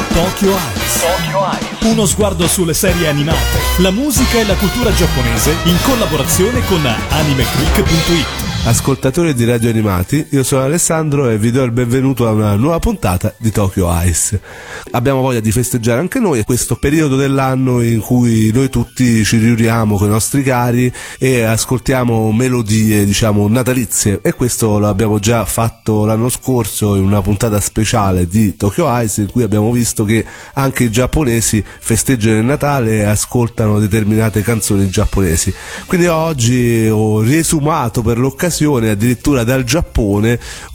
Tokyo Eyes. Uno sguardo sulle serie animate, la musica e la cultura giapponese in collaborazione con animeclick.it. Ascoltatori di Radio Animati, io sono Alessandro e vi do il benvenuto a una nuova puntata di Tokyo Eyes. Abbiamo voglia di festeggiare anche noi questo periodo dell'anno in cui noi tutti ci riuniamo con i nostri cari e ascoltiamo melodie, diciamo, natalizie, e questo lo abbiamo già fatto l'anno scorso in una puntata speciale di Tokyo Eyes in cui abbiamo visto che anche i giapponesi festeggiano il Natale e ascoltano determinate canzoni giapponesi. Quindi oggi ho riesumato per l'occasione addirittura dal Giappone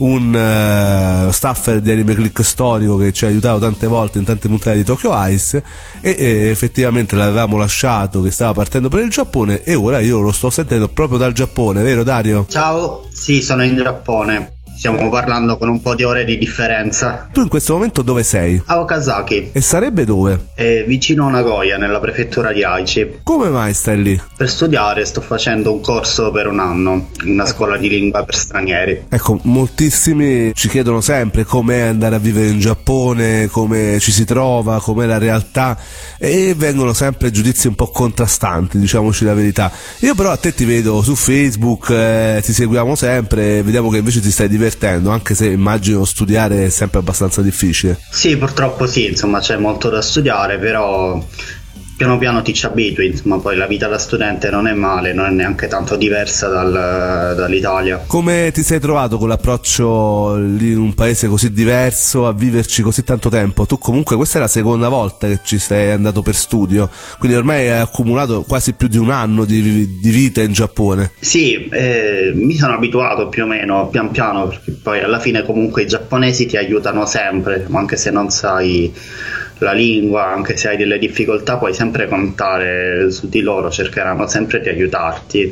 un staffer di Anime Click storico che ci ha aiutato tante volte in tante puntate di Tokyo Eyes e effettivamente l'avevamo lasciato che stava partendo per il Giappone e ora io lo sto sentendo proprio dal Giappone, vero Dario? Ciao, sì, sono in Giappone. Stiamo parlando con un po' di ore di differenza. Tu in questo momento dove sei? A Okazaki. E sarebbe dove? È vicino a Nagoya, nella prefettura di Aichi. Come mai stai lì? Per studiare sto facendo un corso per un anno in una scuola di lingua per stranieri. Ecco, moltissimi ci chiedono sempre com'è andare a vivere in Giappone, come ci si trova, com'è la realtà, e vengono sempre giudizi un po' contrastanti, diciamoci la verità. Io però a te ti vedo su Facebook, ti seguiamo sempre, vediamo che invece ti stai divertendo, anche se immagino studiare è sempre abbastanza difficile. Sì, purtroppo sì, insomma c'è molto da studiare, però piano piano ti ci abitui, insomma poi la vita da studente non è male, non è neanche tanto diversa dall'Italia. Come ti sei trovato con l'approccio lì in un paese così diverso, a viverci così tanto tempo? Tu comunque questa è la seconda volta che ci sei andato per studio, quindi ormai hai accumulato quasi più di un anno di vita in Giappone. Sì, mi sono abituato più o meno, pian piano, perché poi alla fine comunque i giapponesi ti aiutano sempre, anche se non sai la lingua, anche se hai delle difficoltà puoi sempre contare su di loro, cercheranno sempre di aiutarti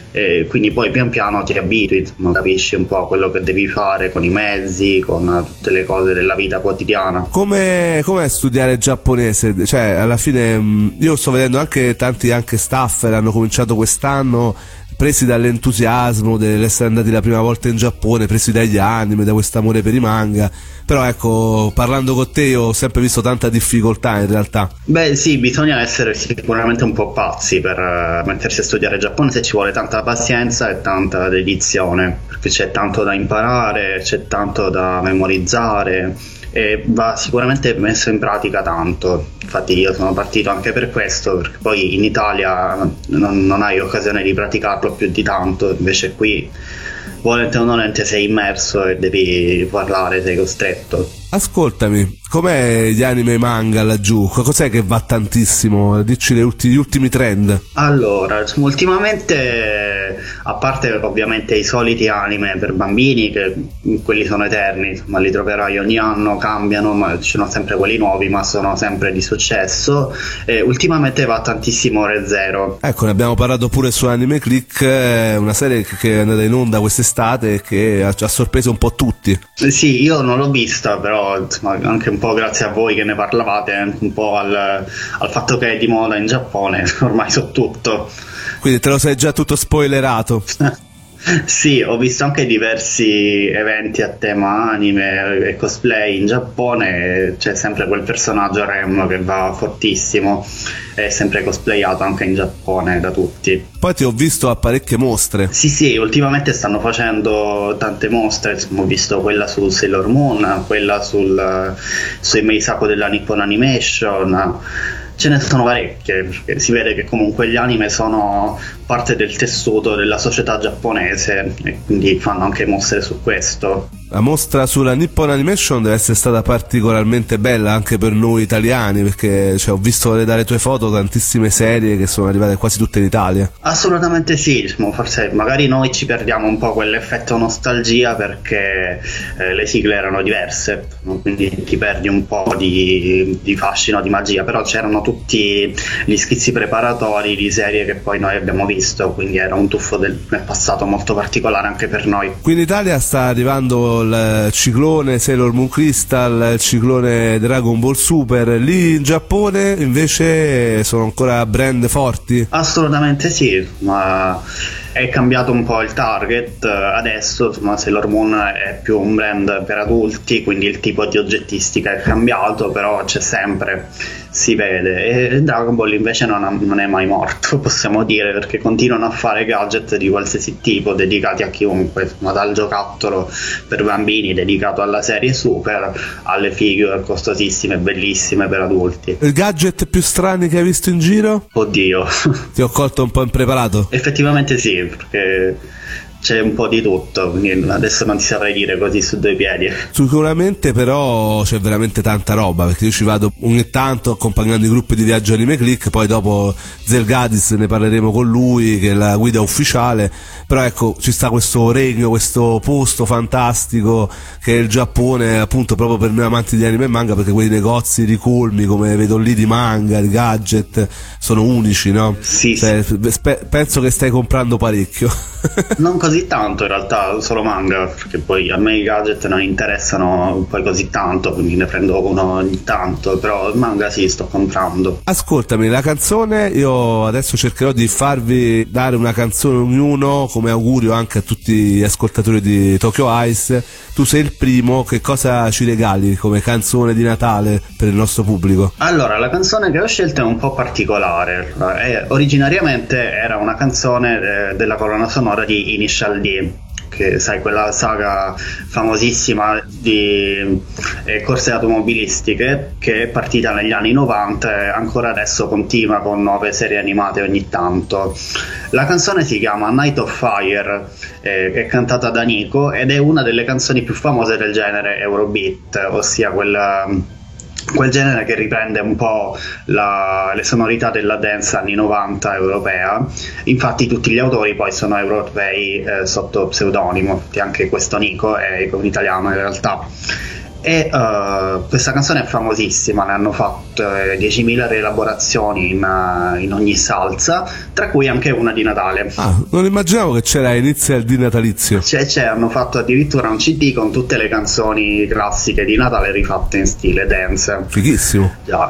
e quindi poi pian piano ti abitui, capisci un po' quello che devi fare con i mezzi, con tutte le cose della vita quotidiana. Com'è studiare giapponese? Cioè alla fine io sto vedendo anche tanti staffer hanno cominciato quest'anno presi dall'entusiasmo dell'essere andati la prima volta in Giappone, presi dagli anime, da questo amore per i manga, però ecco, parlando con te io ho sempre visto tanta difficoltà in realtà. Beh sì, bisogna essere sicuramente un po' pazzi per mettersi a studiare giapponese, ci vuole tanta pazienza e tanta dedizione, perché c'è tanto da imparare, c'è tanto da memorizzare e va sicuramente messo in pratica tanto. Infatti io sono partito anche per questo, perché poi in Italia non hai occasione di praticarlo più di tanto, invece qui volente o nolente sei immerso e devi parlare, sei costretto. Ascoltami, com'è gli anime e manga laggiù? Cos'è che va tantissimo? Dici gli ultimi trend. Allora, ultimamente, a parte ovviamente i soliti anime per bambini, che quelli sono eterni, ma li troverai ogni anno, cambiano, ma ci sono sempre quelli nuovi, ma sono sempre di successo. E ultimamente va tantissimo Re:Zero. Ecco, ne abbiamo parlato pure su Anime Click, una serie che è andata in onda quest'estate e che ha sorpreso un po' tutti. Sì, io non l'ho vista, però insomma, anche un po' grazie a voi che ne parlavate, un po' al fatto che è di moda in Giappone, ormai so tutto. Quindi te lo sei già tutto spoilerato. Sì, ho visto anche diversi eventi a tema anime e cosplay in Giappone, c'è sempre quel personaggio Rem che va fortissimo, è sempre cosplayato anche in Giappone da tutti. Poi ti ho visto a parecchie mostre. Sì, ultimamente stanno facendo tante mostre, ho visto quella su Sailor Moon, quella sui Meisaku della Nippon Animation. Ce ne sono parecchie, perché si vede che comunque gli anime sono parte del tessuto della società giapponese e quindi fanno anche mostre su questo. La mostra sulla Nippon Animation deve essere stata particolarmente bella anche per noi italiani, perché ho visto dalle tue foto tantissime serie che sono arrivate quasi tutte in Italia. Assolutamente sì, forse magari noi ci perdiamo un po' quell'effetto nostalgia perché le sigle erano diverse, no? Quindi ti perdi un po' di fascino, di magia, però c'erano tutti gli schizzi preparatori di serie che poi noi abbiamo visto, quindi era un tuffo del passato molto particolare anche per noi. Qui in Italia sta arrivando il ciclone Sailor Moon Crystal, il ciclone Dragon Ball Super. Lì in Giappone invece sono ancora brand forti? Assolutamente sì, ma è cambiato un po' il target, adesso insomma, Sailor Moon è più un brand per adulti, quindi il tipo di oggettistica è cambiato, però c'è sempre, si vede. E Dragon Ball invece non è mai morto, possiamo dire, perché continuano a fare gadget di qualsiasi tipo dedicati a chiunque, ma dal giocattolo per bambini dedicato alla serie Super alle figure costosissime, bellissime per adulti. Il gadget più strani che hai visto in giro? Oddio, Ti ho colto un po' impreparato? effettivamente sì, perché c'è un po' di tutto, quindi adesso non ti saprei dire così su due piedi. Sicuramente però c'è veramente tanta roba, perché io ci vado ogni tanto accompagnando i gruppi di viaggio Anime Click, poi dopo Zelgadis ne parleremo con lui che è la guida ufficiale, però ecco ci sta questo regno, questo posto fantastico che è il Giappone, appunto proprio per noi amanti di anime e manga, perché quei negozi ricolmi come vedo lì di manga, di gadget sono unici, no? Sì, cioè, penso che stai comprando parecchio. Non così tanto in realtà, solo manga, perché poi a me i gadget non interessano poi così tanto, quindi ne prendo uno ogni tanto, però il manga sì, sto comprando. Ascoltami, la canzone, io adesso cercherò di farvi dare una canzone ognuno come augurio anche a tutti gli ascoltatori di Tokyo Ice. Tu sei il primo, che cosa ci regali come canzone di Natale per il nostro pubblico? Allora, la canzone che ho scelto è un po' particolare, originariamente era una canzone della colonna sonora di Initial D, che sai, quella saga famosissima di corse automobilistiche che è partita negli anni 90 e ancora adesso continua con nuove serie animate ogni tanto. La canzone si chiama Night of Fire, è cantata da Nico ed è una delle canzoni più famose del genere Eurobeat, ossia quel genere che riprende un po' le sonorità della dance anni 90 europea. Infatti tutti gli autori poi sono europei sotto pseudonimo, anche questo Nico è un italiano in realtà. E questa canzone è famosissima, ne hanno fatto 10.000 rielaborazioni in ogni salsa, tra cui anche una di Natale. Ah, non immaginavo che c'era inizio di natalizio. Hanno fatto addirittura un CD con tutte le canzoni classiche di Natale rifatte in stile dance. Fighissimo. Già,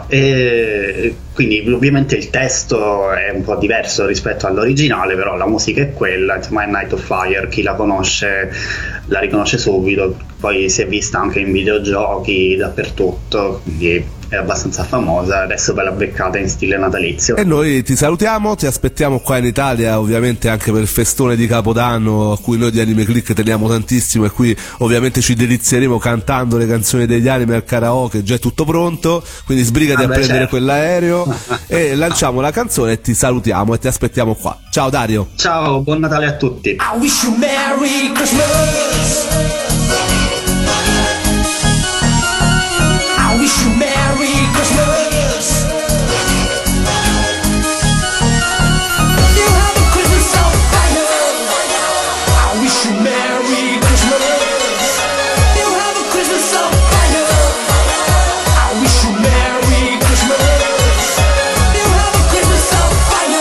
e quindi ovviamente il testo è un po' diverso rispetto all'originale, però la musica è quella, insomma è Night of Fire, chi la conosce la riconosce subito, poi si è vista anche in videogiochi dappertutto, quindi è abbastanza famosa, adesso ve la beccate in stile natalizio. E noi ti salutiamo, ti aspettiamo qua in Italia ovviamente anche per il festone di Capodanno a cui noi di Anime Click teniamo tantissimo, e qui ovviamente ci delizieremo cantando le canzoni degli anime al karaoke, già è tutto pronto, quindi sbrigati a prendere certo. quell'aereo e lanciamo la canzone e ti salutiamo e ti aspettiamo qua. Ciao Dario. Ciao, buon Natale a tutti. I wish you Merry Christmas. I wish you Merry Christmas. You have a Christmas on fire. I wish you Merry Christmas. You have a Christmas on fire. I wish you Merry Christmas. You have a Christmas on fire.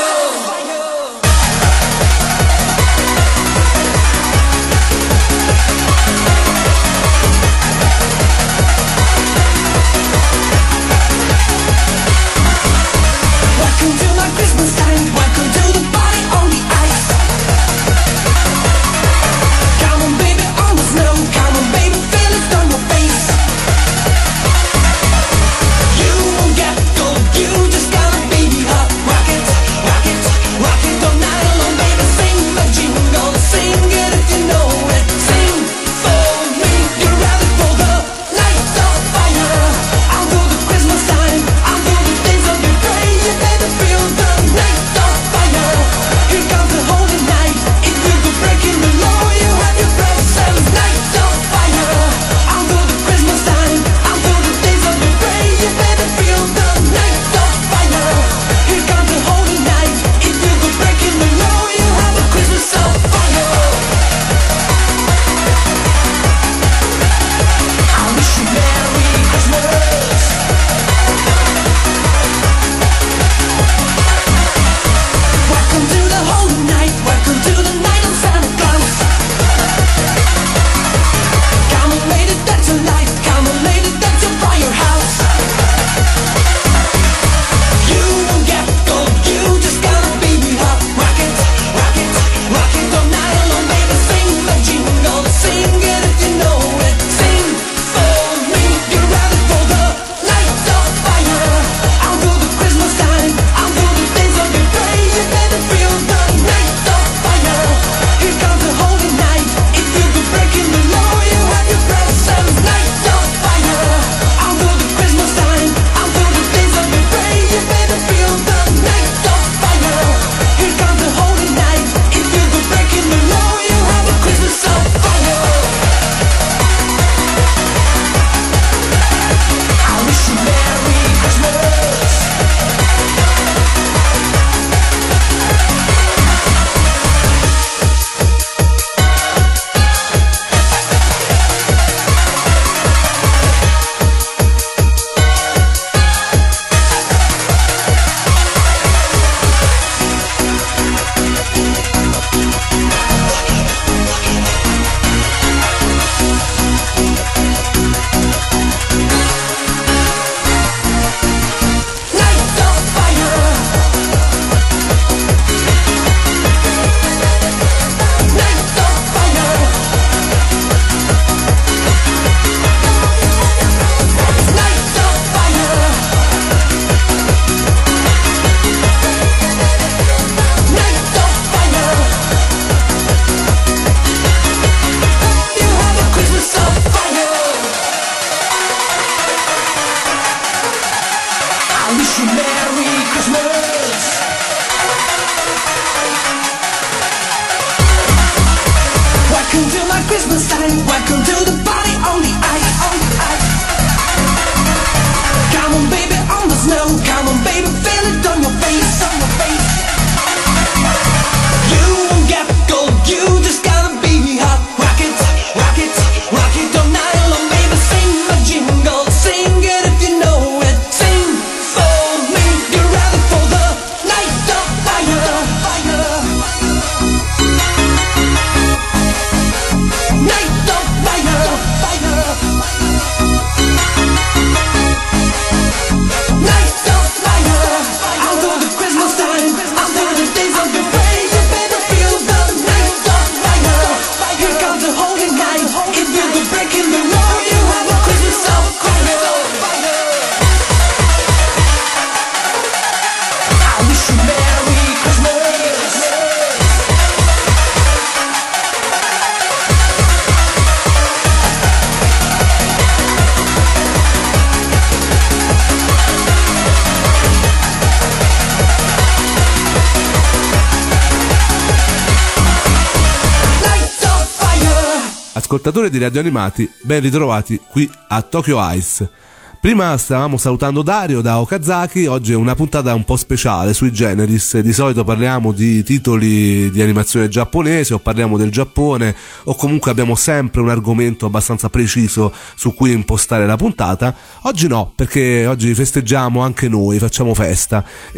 I wish you Merry Christmas. Welcome to my Christmas time. Welcome to the party on the ice, on the ice. Come on, baby, on the snow. Come on, baby, feel it on your face, on your face. You won't get cold. You just gotta be hot. Rock it, rock it, rock it all night long, baby. Sing my jingle, sing it if you know it. Sing for me. You're ready for the night of fire, fire. Night of fire, fire. Night of fire. Until the Christmas time, until the days of your praise, you better feel the night of fire. Here comes the holy night. If you'll be breaking the law, you have a Christmas of fire. I wish you Merry Christmas. Night of fire. Ascoltatori di Radio Animati, ben ritrovati qui a Tokyo Ice. Prima stavamo salutando Dario da Okazaki, oggi è una puntata un po' speciale sui generis. Di solito parliamo di titoli di animazione giapponese o parliamo del Giappone o comunque abbiamo sempre un argomento abbastanza preciso su cui impostare la puntata. Oggi no, perché oggi festeggiamo anche noi, facciamo festa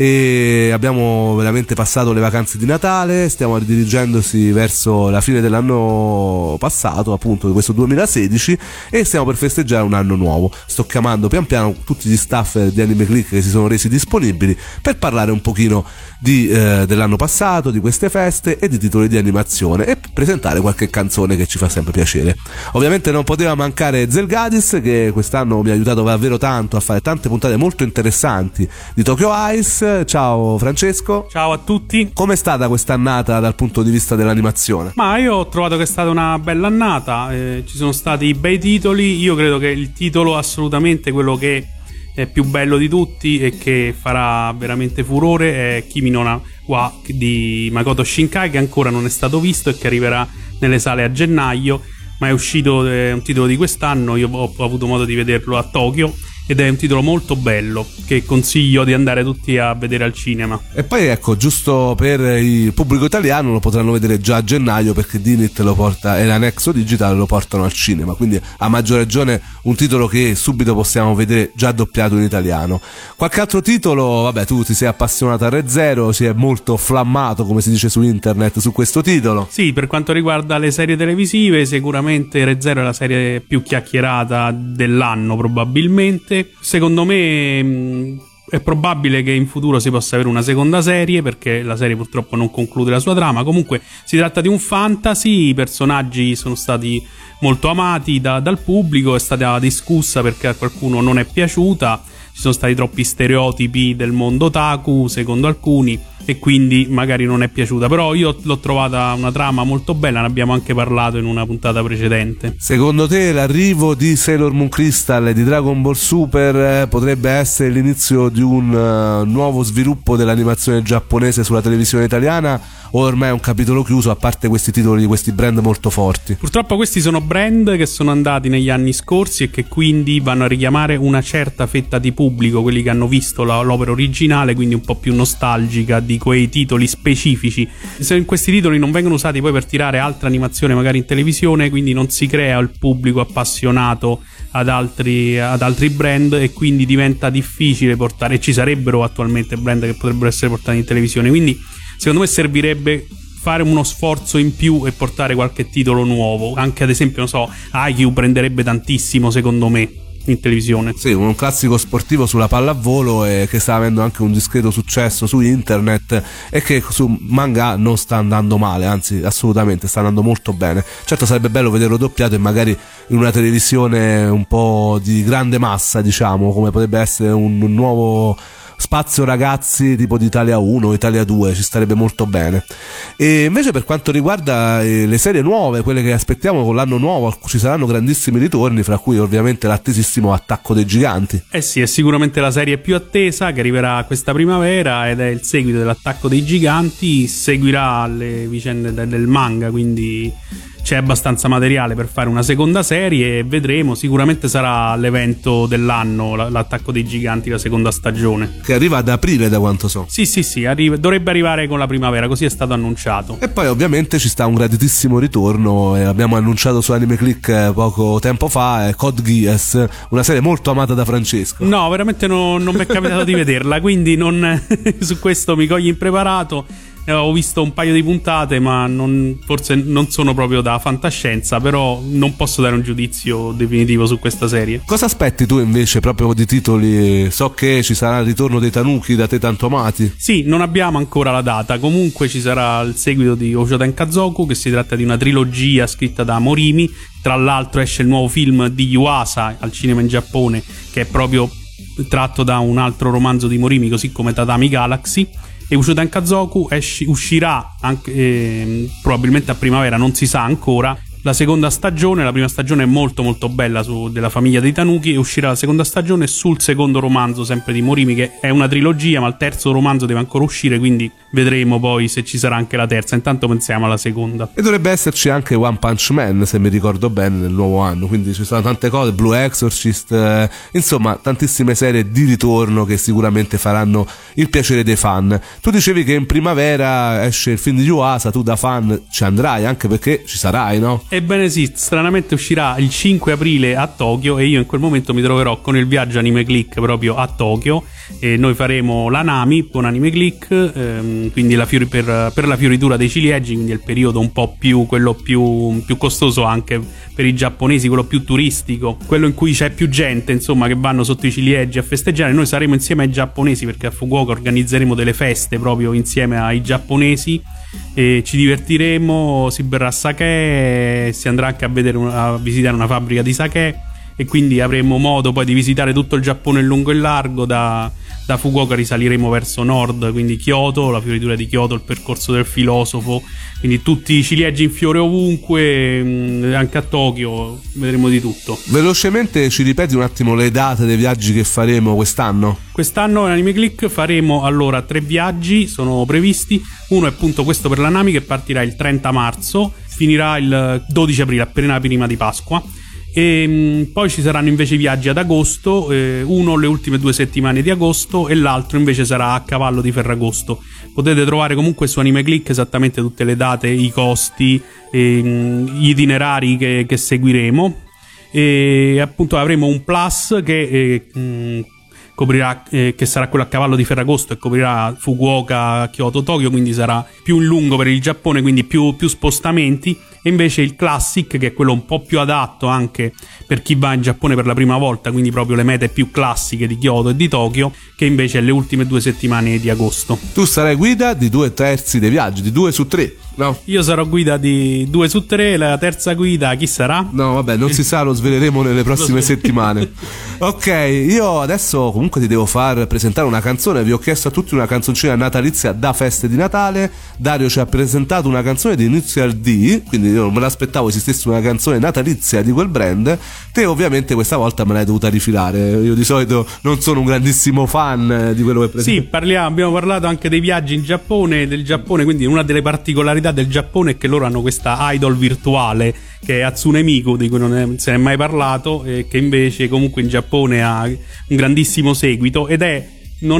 e abbiamo veramente passato le vacanze di Natale, stiamo dirigendosi verso la fine dell'anno passato, appunto di questo 2016, e stiamo per festeggiare un anno nuovo. Sto chiamando pian piano tutti gli staff di Anime Click che si sono resi disponibili per parlare un pochino dell'anno passato, di queste feste e di titoli di animazione e presentare qualche canzone che ci fa sempre piacere. Ovviamente non poteva mancare Zelgadis, che quest'anno mi ha aiutato davvero tanto a fare tante puntate molto interessanti di Tokyo Ice. Ciao Francesco. Ciao a tutti. Com'è stata quest'annata dal punto di vista dell'animazione? Ma io ho trovato che è stata una bella annata, ci sono stati bei titoli. Io credo che il titolo assolutamente quello che è più bello di tutti e che farà veramente furore è Kimi no wa di Makoto Shinkai, che ancora non è stato visto e che arriverà nelle sale a gennaio, ma è uscito, è un titolo di quest'anno. Io ho avuto modo di vederlo a Tokyo ed è un titolo molto bello che consiglio di andare tutti a vedere al cinema. E poi ecco, giusto per il pubblico italiano, lo potranno vedere già a gennaio perché Dinit lo porta e la Nexo Digital lo portano al cinema, quindi a maggior ragione un titolo che subito possiamo vedere già doppiato in italiano. Qualche altro titolo? Vabbè, tu ti sei appassionato a Re:Zero, si è molto flammato, come si dice su internet, su questo titolo. Sì, per quanto riguarda le serie televisive, sicuramente Re:Zero è la serie più chiacchierata dell'anno probabilmente. Secondo me è probabile che in futuro si possa avere una seconda serie, perché la serie purtroppo non conclude la sua trama. Comunque si tratta di un fantasy, i personaggi sono stati molto amati dal pubblico, è stata discussa perché a qualcuno non è piaciuta, ci sono stati troppi stereotipi del mondo otaku secondo alcuni e quindi magari non è piaciuta, però io l'ho trovata una trama molto bella, ne abbiamo anche parlato in una puntata precedente. Secondo te l'arrivo di Sailor Moon Crystal e di Dragon Ball Super potrebbe essere l'inizio di un nuovo sviluppo dell'animazione giapponese sulla televisione italiana, o ormai è un capitolo chiuso, a parte questi titoli di questi brand molto forti? Purtroppo questi sono brand che sono andati negli anni scorsi e che quindi vanno a richiamare una certa fetta di pubblico, quelli che hanno visto l'opera originale, quindi un po' più nostalgica di quei titoli specifici. Se questi titoli non vengono usati poi per tirare altra animazione magari in televisione, quindi non si crea il pubblico appassionato ad altri brand e quindi diventa difficile portare, e ci sarebbero attualmente brand che potrebbero essere portati in televisione, quindi secondo me servirebbe fare uno sforzo in più e portare qualche titolo nuovo. Anche ad esempio, non so, Haikyuu prenderebbe tantissimo secondo me in televisione. Sì, un classico sportivo sulla pallavolo e che sta avendo anche un discreto successo su internet e che su manga non sta andando male, anzi assolutamente sta andando molto bene. Certo sarebbe bello vederlo doppiato e magari in una televisione un po' di grande massa, diciamo, come potrebbe essere un nuovo spazio ragazzi tipo di Italia 1 o Italia 2, ci starebbe molto bene. E invece per quanto riguarda le serie nuove, quelle che aspettiamo con l'anno nuovo, ci saranno grandissimi ritorni, fra cui ovviamente l'attesissimo Attacco dei Giganti. Eh sì, è sicuramente la serie più attesa che arriverà questa primavera ed è il seguito dell'Attacco dei Giganti, seguirà le vicende del manga, quindi c'è abbastanza materiale per fare una seconda serie e vedremo, sicuramente sarà l'evento dell'anno, l'Attacco dei Giganti, la seconda stagione. Che arriva ad aprile da quanto so. Sì, dovrebbe arrivare con la primavera, così è stato annunciato. E poi ovviamente ci sta un graditissimo ritorno, abbiamo annunciato su Anime Click poco tempo fa, Code Geass, una serie molto amata da Francesco. No, veramente non mi è capitato di vederla, quindi su questo mi cogli impreparato. Ho visto un paio di puntate, ma forse non sono proprio da fantascienza, però non posso dare un giudizio definitivo su questa serie. Cosa aspetti tu invece proprio di titoli? So che ci sarà il ritorno dei Tanuki da te tanto amati. Sì, non abbiamo ancora la data, comunque ci sarà il seguito di Oshoten Kazoku, che si tratta di una trilogia scritta da Morimi. Tra l'altro esce il nuovo film di Yuasa al cinema in Giappone, che è proprio tratto da un altro romanzo di Morimi, così come Tatami Galaxy. E Ushoten Kazoku uscirà anche, probabilmente a primavera, non si sa ancora, la seconda stagione. La prima stagione è molto molto bella, della famiglia dei Tanuki, e uscirà la seconda stagione sul secondo romanzo sempre di Morimi, che è una trilogia, ma il terzo romanzo deve ancora uscire, quindi vedremo poi se ci sarà anche la terza. Intanto pensiamo alla seconda. E dovrebbe esserci anche One Punch Man, se mi ricordo bene, nel nuovo anno, quindi ci sono tante cose, Blue Exorcist, insomma tantissime serie di ritorno che sicuramente faranno il piacere dei fan. Tu dicevi che in primavera esce il film di Yuasa, tu da fan ci andrai, anche perché ci sarai, no? Ebbene sì, stranamente uscirà il 5 aprile a Tokyo, e io in quel momento mi troverò con il viaggio Anime Click proprio a Tokyo, e noi faremo la Nami con Anime Click, quindi per la fioritura dei ciliegi, quindi è il periodo un po' quello più costoso anche per i giapponesi, quello più turistico, quello in cui c'è più gente, insomma, che vanno sotto i ciliegi a festeggiare. Noi saremo insieme ai giapponesi, perché a Fukuoka organizzeremo delle feste proprio insieme ai giapponesi, e ci divertiremo, si berrà sake, si andrà anche a visitare una fabbrica di sake, e quindi avremo modo poi di visitare tutto il Giappone in lungo e largo. Da Fukuoka risaliremo verso nord, quindi Kyoto, la fioritura di Kyoto, il percorso del filosofo, quindi tutti i ciliegi in fiore ovunque, anche a Tokyo vedremo di tutto. Velocemente ci ripeti un attimo le date dei viaggi che faremo quest'anno? Quest'anno in Anime Click faremo allora 3 viaggi, sono previsti. Uno è appunto questo per la Nami, che partirà il 30 marzo, finirà il 12 aprile, appena prima di Pasqua. E poi ci saranno invece i viaggi ad agosto, uno le ultime 2 settimane di agosto e l'altro invece sarà a cavallo di Ferragosto. Potete trovare comunque su Anime Click esattamente tutte le date, i costi, gli itinerari che seguiremo, e appunto avremo un plus che coprirà, che sarà quello a cavallo di Ferragosto, e coprirà Fukuoka, Kyoto, Tokyo, quindi sarà più in lungo per il Giappone, quindi più spostamenti. E invece il Classic, che è quello un po' più adatto anche per chi va in Giappone per la prima volta, quindi proprio le mete più classiche di Kyoto e di Tokyo, che invece è le ultime 2 settimane di agosto. Tu sarai guida di 2/3 dei viaggi, di 2 su 3, no? Io sarò guida di 2 su 3, la terza guida chi sarà? No, vabbè, non si sa, lo sveleremo nelle prossime settimane. Ok, io adesso comunque ti devo far presentare una canzone. Vi ho chiesto a tutti una canzoncina natalizia da feste di Natale. Dario ci ha presentato una canzone di Initial D, quindi io non me l'aspettavo esistesse una canzone natalizia di quel brand. Te ovviamente questa volta me l'hai dovuta rifilare. Io di solito non sono un grandissimo fan di quello che presento. Sì, abbiamo parlato anche dei viaggi in Giappone, del Giappone, quindi una delle particolarità del Giappone è che loro hanno questa idol virtuale che è Hatsune Miku, di cui non se ne è mai parlato, e che invece comunque in Giappone ha un grandissimo seguito, ed è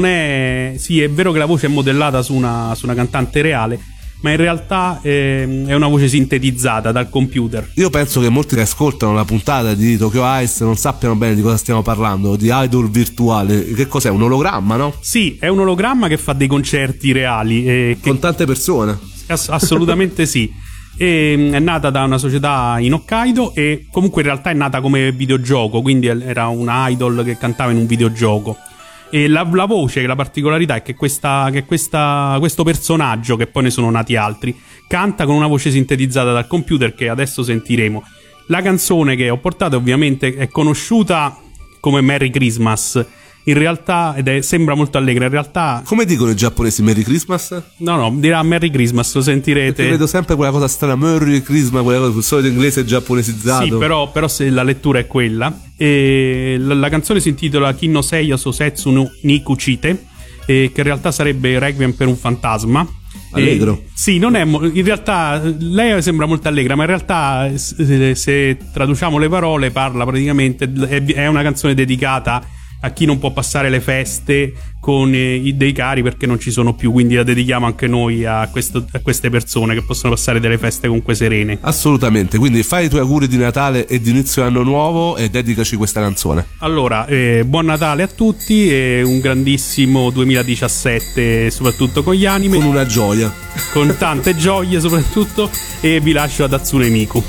vero che la voce è modellata su una cantante reale, ma in realtà è una voce sintetizzata dal computer. Io penso che molti che ascoltano la puntata di Tokyo Ice non sappiano bene di cosa stiamo parlando, di idol virtuale. Che cos'è? Un ologramma, no? Sì, è un ologramma che fa dei concerti reali con tante persone. Assolutamente sì. E è nata da una società in Hokkaido, e comunque in realtà è nata come videogioco, quindi era una idol che cantava in un videogioco. E la voce, la particolarità è che questo personaggio, che poi ne sono nati altri, canta con una voce sintetizzata dal computer, che adesso sentiremo. La canzone che ho portato ovviamente è conosciuta come Merry Christmas, in realtà, sembra molto allegra, in realtà... Come dicono i giapponesi, Merry Christmas? No, dirà Merry Christmas, lo sentirete. Perché vedo sempre quella cosa strana, Merry Christmas, quella cosa sul solito inglese giapponesizzato. Sì, però se la lettura è quella. E la canzone si intitola Kinno Seiya Sosetsu no Nikuchite, che in realtà sarebbe Requiem per un fantasma. Allegro. Sì, non è in realtà lei sembra molto allegra, ma in realtà se traduciamo le parole parla praticamente, è una canzone dedicata a chi non può passare le feste con dei cari perché non ci sono più, quindi la dedichiamo anche noi a queste persone che possono passare delle feste comunque serene. Assolutamente, quindi fai i tuoi auguri di Natale e di inizio anno nuovo e dedicaci questa canzone. Allora, buon Natale a tutti e un grandissimo 2017 soprattutto con gli anime, Con una gioia. con tante gioie soprattutto, e vi lascio ad Hatsune Miku.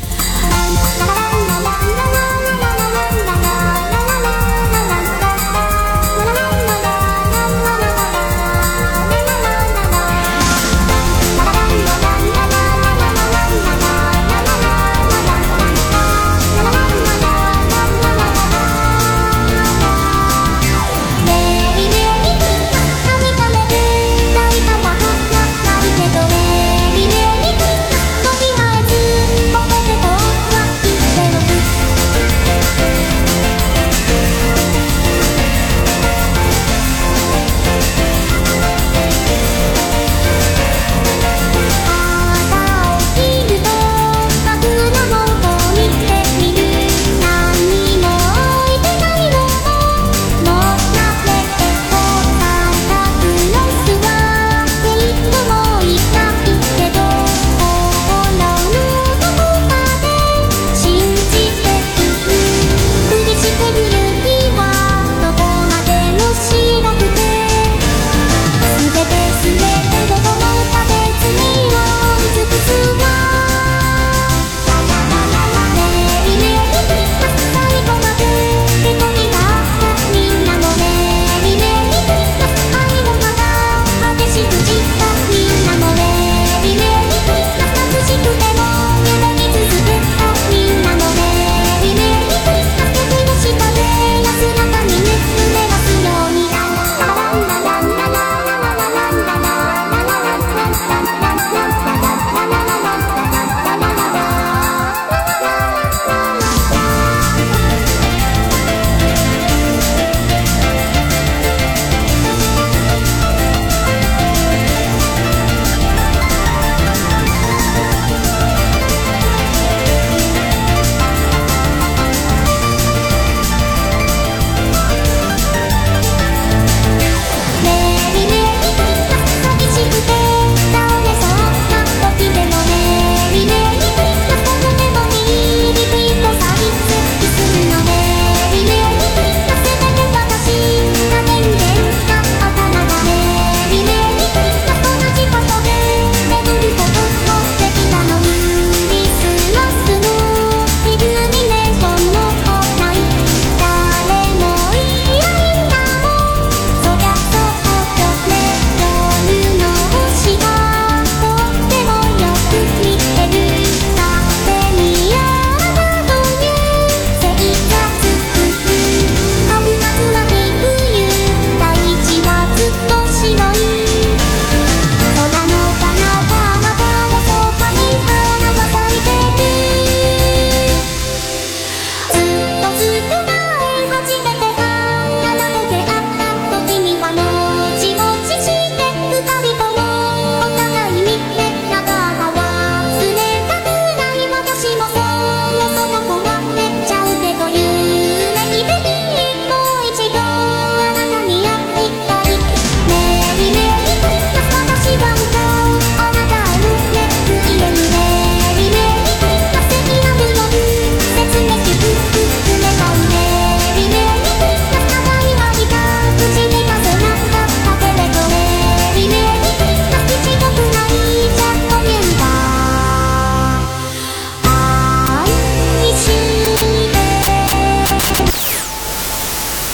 「とびまえずポテト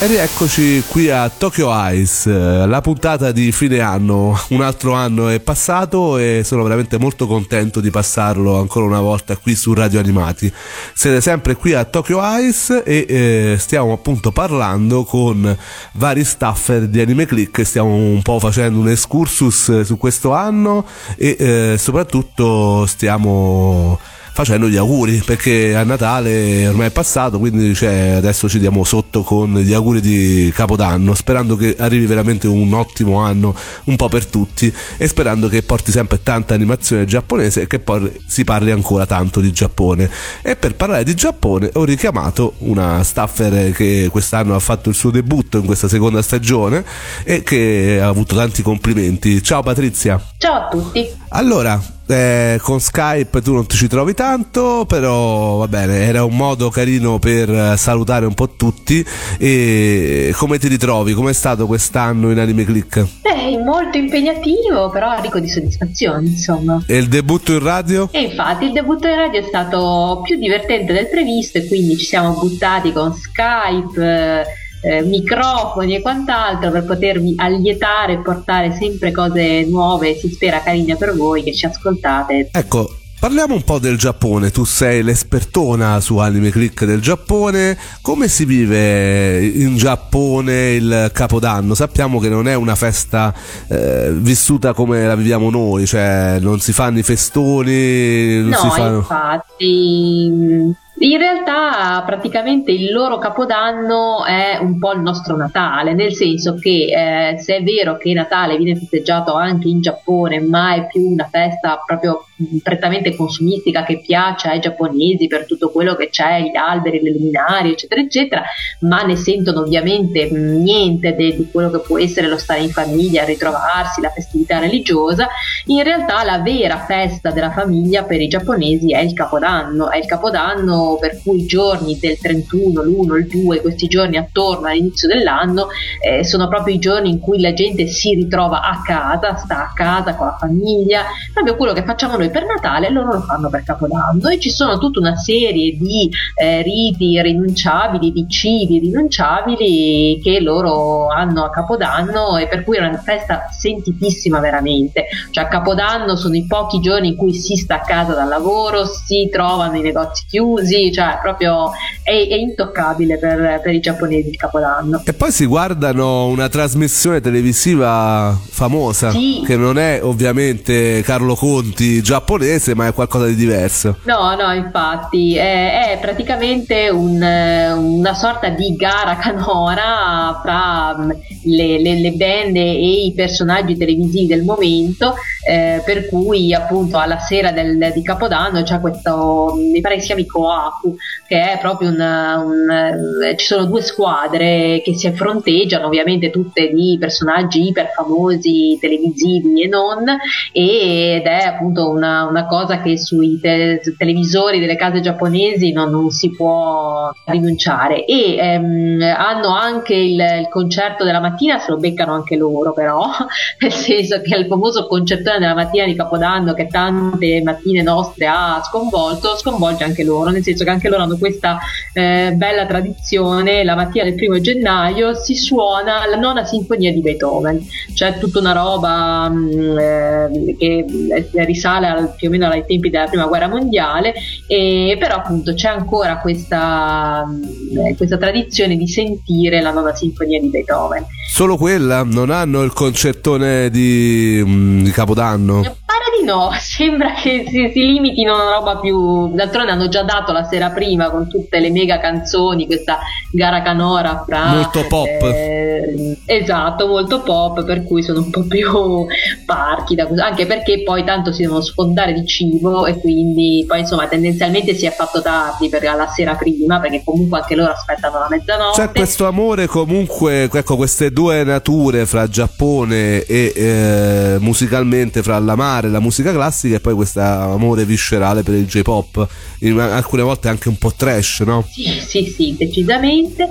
E rieccoci qui a Tokyo Ice, la puntata di fine anno. Un altro anno è passato e sono veramente molto contento di passarlo ancora una volta qui su Radio Animati. Siete sempre qui a Tokyo Ice e stiamo appunto parlando con vari staffer di Anime Click. Stiamo un po' facendo un excursus su questo anno e soprattutto stiamo facendo gli auguri, perché a Natale ormai è passato, quindi adesso ci diamo sotto con gli auguri di Capodanno, sperando che arrivi veramente un ottimo anno un po' per tutti e sperando che porti sempre tanta animazione giapponese e che poi si parli ancora tanto di Giappone. E per parlare di Giappone ho richiamato una staffer che quest'anno ha fatto il suo debutto in questa seconda stagione e che ha avuto tanti complimenti. Ciao Patrizia. Ciao a tutti. Allora, con Skype tu non ti ci trovi tanto, però va bene, era un modo carino per salutare un po' tutti. E come ti ritrovi? Com'è stato quest'anno in Anime Click? Molto impegnativo, però ricco di soddisfazioni, insomma. E il debutto in radio? E infatti il debutto in radio è stato più divertente del previsto e quindi ci siamo buttati con Skype, microfoni e quant'altro per potervi allietare e portare sempre cose nuove, si spera carine per voi che ci ascoltate. Ecco, parliamo un po' del Giappone. Tu sei l'espertona su Anime Click del Giappone. Come si vive in Giappone il Capodanno? Sappiamo che non è una festa vissuta come la viviamo noi, cioè non si fanno i festoni, non si fanno... Infatti in realtà praticamente il loro Capodanno è un po' il nostro Natale, nel senso che se è vero che Natale viene festeggiato anche in Giappone, ma è più una festa proprio prettamente consumistica che piace ai giapponesi per tutto quello che c'è, gli alberi, le luminarie eccetera eccetera, ma ne sentono ovviamente niente di quello che può essere lo stare in famiglia, il ritrovarsi, la festività religiosa. In realtà la vera festa della famiglia per i giapponesi è il Capodanno per cui i giorni del 31, l'1, il 2, questi giorni attorno all'inizio dell'anno sono proprio i giorni in cui la gente si ritrova a casa, sta a casa con la famiglia, proprio quello che facciamo noi per Natale loro lo fanno per Capodanno, e ci sono tutta una serie di riti irrinunciabili, di cibi irrinunciabili che loro hanno a Capodanno, e per cui è una festa sentitissima veramente. Cioè a Capodanno sono i pochi giorni in cui si sta a casa dal lavoro, si trovano i negozi chiusi, cioè proprio è intoccabile per i giapponesi il Capodanno. E poi si guardano una trasmissione televisiva famosa, sì, che non è ovviamente Carlo Conti giapponese, ma è qualcosa di diverso. No, infatti è praticamente una sorta di gara canora fra le band e i personaggi televisivi del momento, per cui appunto alla sera di Capodanno c'è questo, mi pare che si chiami Koaku, che è proprio ci sono due squadre che si fronteggiano, ovviamente tutte di personaggi iper famosi televisivi e non, ed è appunto una cosa che sui televisori delle case giapponesi non si può rinunciare. E hanno anche il concerto della mattina, se lo beccano anche loro però, nel senso che il famoso concertone della mattina di Capodanno che tante mattine nostre ha sconvolge anche loro, nel senso che anche loro hanno questa bella tradizione. La mattina del 1 gennaio si suona la nona sinfonia di Beethoven, cioè tutta una roba che risale più o meno ai tempi della prima guerra mondiale, e però appunto c'è ancora questa tradizione di sentire la nona sinfonia di Beethoven. Solo quella? Non hanno il concertone di Capodanno? Pare di no, sembra che si limitino a una roba più, d'altronde hanno già dato la sera prima con tutte le mega canzoni, questa gara canora fra molto pop, esatto, molto pop, per cui sono un po' più parchi anche perché poi tanto si devono sfondare di cibo, e quindi poi insomma tendenzialmente si è fatto tardi per la sera prima, perché comunque anche loro aspettano la mezzanotte. C'è questo amore comunque, ecco, queste due nature fra Giappone e musicalmente fra l'amare la musica classica, e poi questo amore viscerale per il J-pop, alcune volte anche un po' trash, no? Sì, decisamente.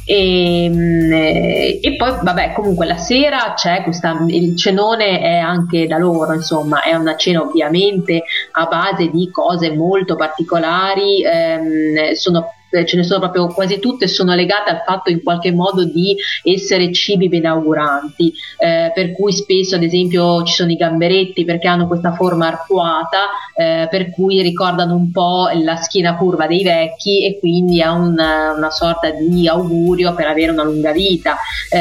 E poi vabbè, comunque la sera c'è il cenone è anche da loro, insomma è una cena ovviamente a base di cose molto particolari, sono ce ne sono proprio quasi tutte, sono legate al fatto in qualche modo di essere cibi benauguranti, per cui spesso ad esempio ci sono i gamberetti perché hanno questa forma arcuata, per cui ricordano un po' la schiena curva dei vecchi e quindi ha una sorta di augurio per avere una lunga vita.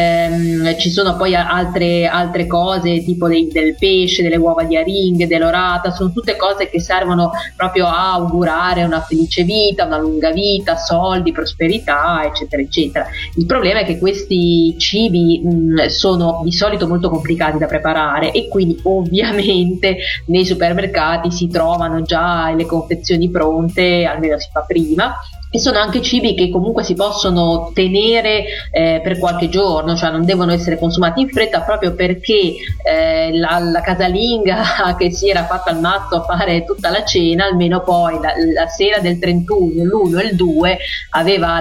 Ci sono poi altre cose tipo del pesce, delle uova di aringhe, dell'orata, sono tutte cose che servono proprio a augurare una felice vita, una lunga vita, soldi, prosperità, eccetera eccetera. Il problema è che questi cibi sono di solito molto complicati da preparare e quindi ovviamente nei supermercati si trovano già le confezioni pronte, almeno si fa prima. E sono anche cibi che comunque si possono tenere per qualche giorno, cioè non devono essere consumati in fretta, proprio perché la casalinga che si era fatta al mazzo a fare tutta la cena, almeno poi la sera del 31, l'1 e il 2 aveva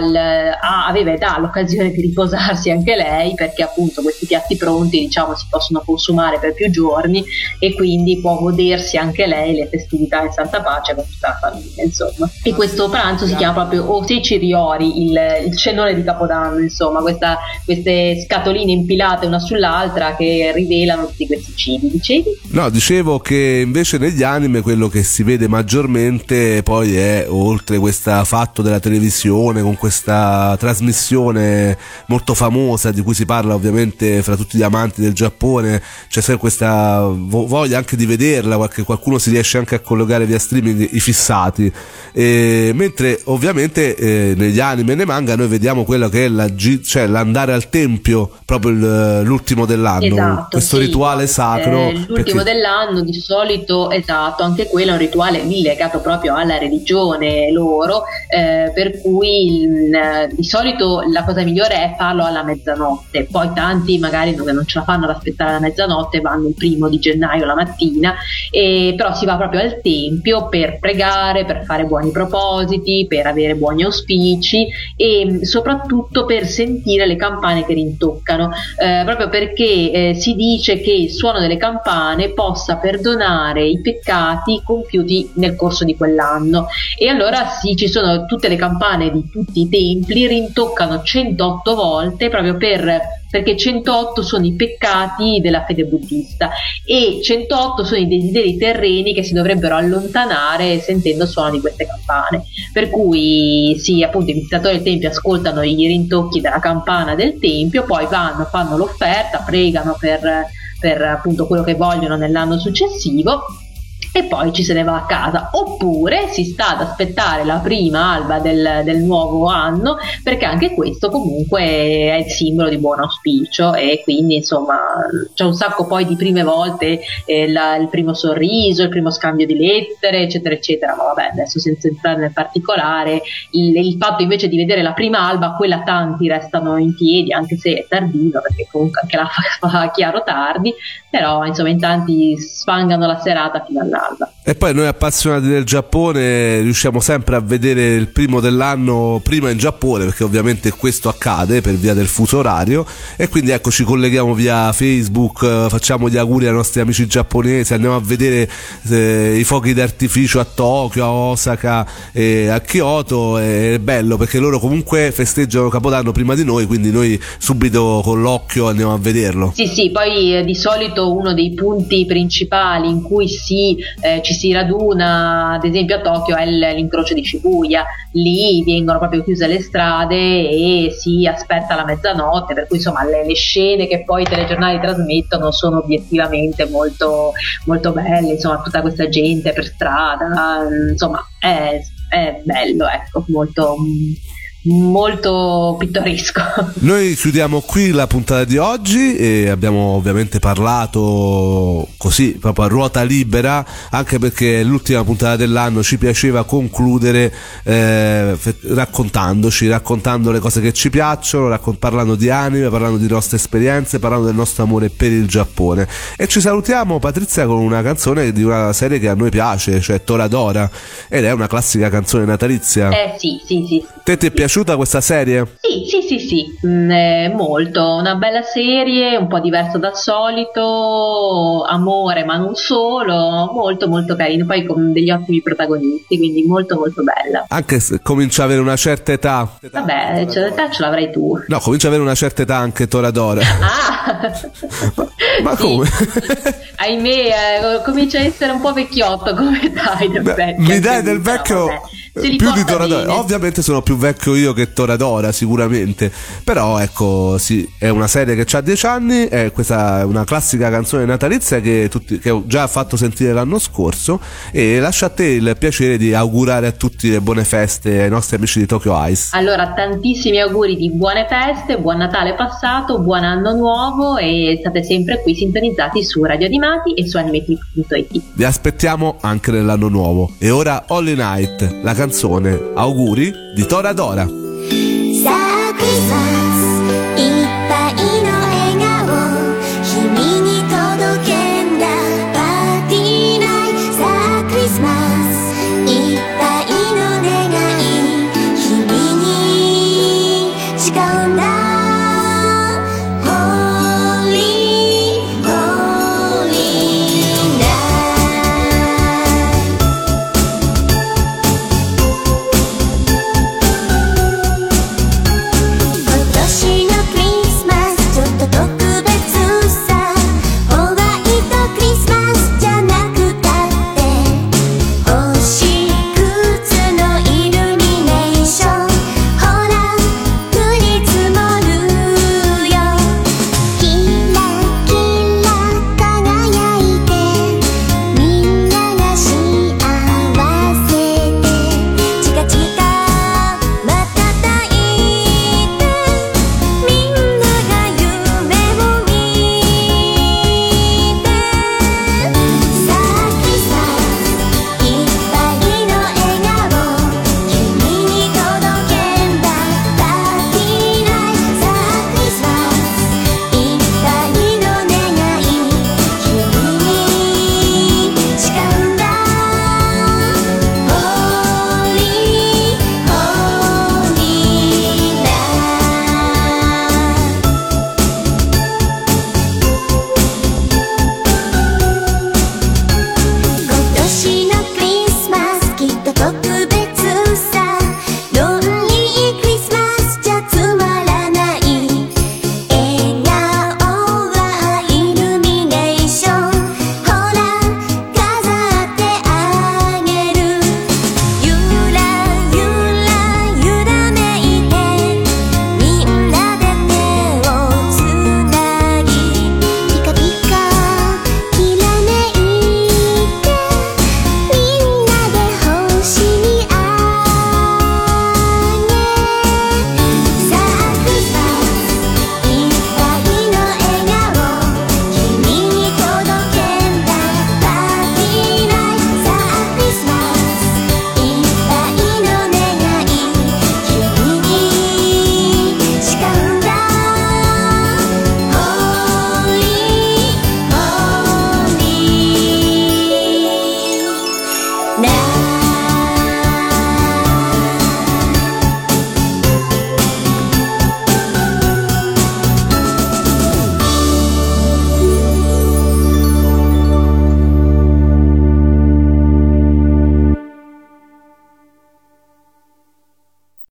l'occasione di riposarsi anche lei, perché appunto questi piatti pronti, diciamo, si possono consumare per più giorni e quindi può godersi anche lei le festività in santa pace con tutta la famiglia, insomma. E questo pranzo si chiama proprio Osei-Ciriori, il cenone di Capodanno, insomma, queste scatoline impilate una sull'altra che rivelano tutti questi cibi. Dicevi? No, dicevo che invece negli anime quello che si vede maggiormente poi è, oltre questo fatto della televisione, con questa trasmissione molto famosa di cui si parla ovviamente fra tutti gli amanti del Giappone, c'è sempre questa voglia anche di vederla, qualcuno si riesce anche a collocare via streaming i fissati, mentre ovviamente negli anime e nei manga noi vediamo quello che è cioè l'andare al tempio, proprio l'ultimo dell'anno, esatto, questo sì, rituale sacro, l'ultimo dell'anno di solito, esatto, anche quello è un rituale lì legato proprio alla religione loro, per cui di solito la cosa migliore è farlo alla mezzanotte, poi tanti magari non ce la fanno ad aspettare la mezzanotte, vanno il 1 gennaio la mattina, però si va proprio al tempio per pregare, per fare buoni propositi, per avere buoni auspici e soprattutto per sentire le campane che rintoccano, proprio perché si dice che il suono delle campane possa perdonare i peccati compiuti nel corso di quell'anno. E allora sì, ci sono tutte le campane di tutti i templi, rintoccano 108 volte proprio perché 108 sono i peccati della fede buddista e 108 sono i desideri terreni che si dovrebbero allontanare sentendo il suono di queste campane. Per cui sì, appunto i visitatori del tempio ascoltano i rintocchi della campana del tempio, poi vanno, fanno l'offerta, pregano per appunto quello che vogliono nell'anno successivo e poi ci se ne va a casa, oppure si sta ad aspettare la prima alba del nuovo anno, perché anche questo comunque è il simbolo di buon auspicio e quindi insomma c'è un sacco poi di prime volte, il primo sorriso, il primo scambio di lettere, eccetera eccetera, ma vabbè, adesso senza entrare nel particolare, il fatto invece di vedere la prima alba, quella tanti restano in piedi anche se è tardino, perché comunque anche là fa chiaro tardi, però insomma in tanti sfangano la serata fino all'alba. E poi noi appassionati del Giappone riusciamo sempre a vedere il primo dell'anno prima in Giappone, perché ovviamente questo accade per via del fuso orario, e quindi ecco ci colleghiamo via Facebook, facciamo gli auguri ai nostri amici giapponesi, andiamo a vedere i fuochi d'artificio a Tokyo, a Osaka e a Kyoto. È bello perché loro comunque festeggiano Capodanno prima di noi, quindi noi subito con l'occhio andiamo a vederlo. Sì, poi di solito uno dei punti principali in cui ci si raduna, ad esempio a Tokyo, è l'incrocio di Shibuya. Lì vengono proprio chiuse le strade e si aspetta la mezzanotte, per cui insomma le scene che poi i telegiornali trasmettono sono obiettivamente molto, molto belle, insomma tutta questa gente per strada, insomma è bello, ecco, molto pittoresco. Noi chiudiamo qui la puntata di oggi e abbiamo ovviamente parlato così proprio a ruota libera, anche perché l'ultima puntata dell'anno ci piaceva concludere raccontando le cose che ci piacciono, parlando di anime, parlando di nostre esperienze, parlando del nostro amore per il Giappone. E ci salutiamo, Patrizia, con una canzone di una serie che a noi piace, cioè Toradora, ed è una classica canzone natalizia. Sì. Te ti è piaciuta? piaciuta questa serie? Sì, molto. Una bella serie, un po' diverso dal solito, amore ma non solo, molto molto carino, poi con degli ottimi protagonisti, quindi molto molto bella. Anche se comincia ad avere una certa età. Vabbè, l'età ce l'avrai tu. No, comincia ad avere una certa età anche Toradora. Ah! Ma Sì. come? Ahimè, comincia a essere un po' vecchiotto come dai del vecchio. Mi dai del Però, vecchio vabbè, se li più di porta Toradora. bene. Ovviamente sono più vecchio io che Toradora, sicuramente. Però ecco, sì, è una serie che ha 10 anni. Questa è una classica canzone natalizia che ho già fatto sentire l'anno scorso. E lascio a te il piacere di augurare a tutti le buone feste ai nostri amici di Tokyo Ice. Allora, tantissimi auguri di buone feste, buon Natale passato, buon anno nuovo e state sempre qui sintonizzati su Radio Animati e su animeclick.it. Vi aspettiamo anche nell'anno nuovo. E ora Holy Night, la canzone Auguri di Toradora.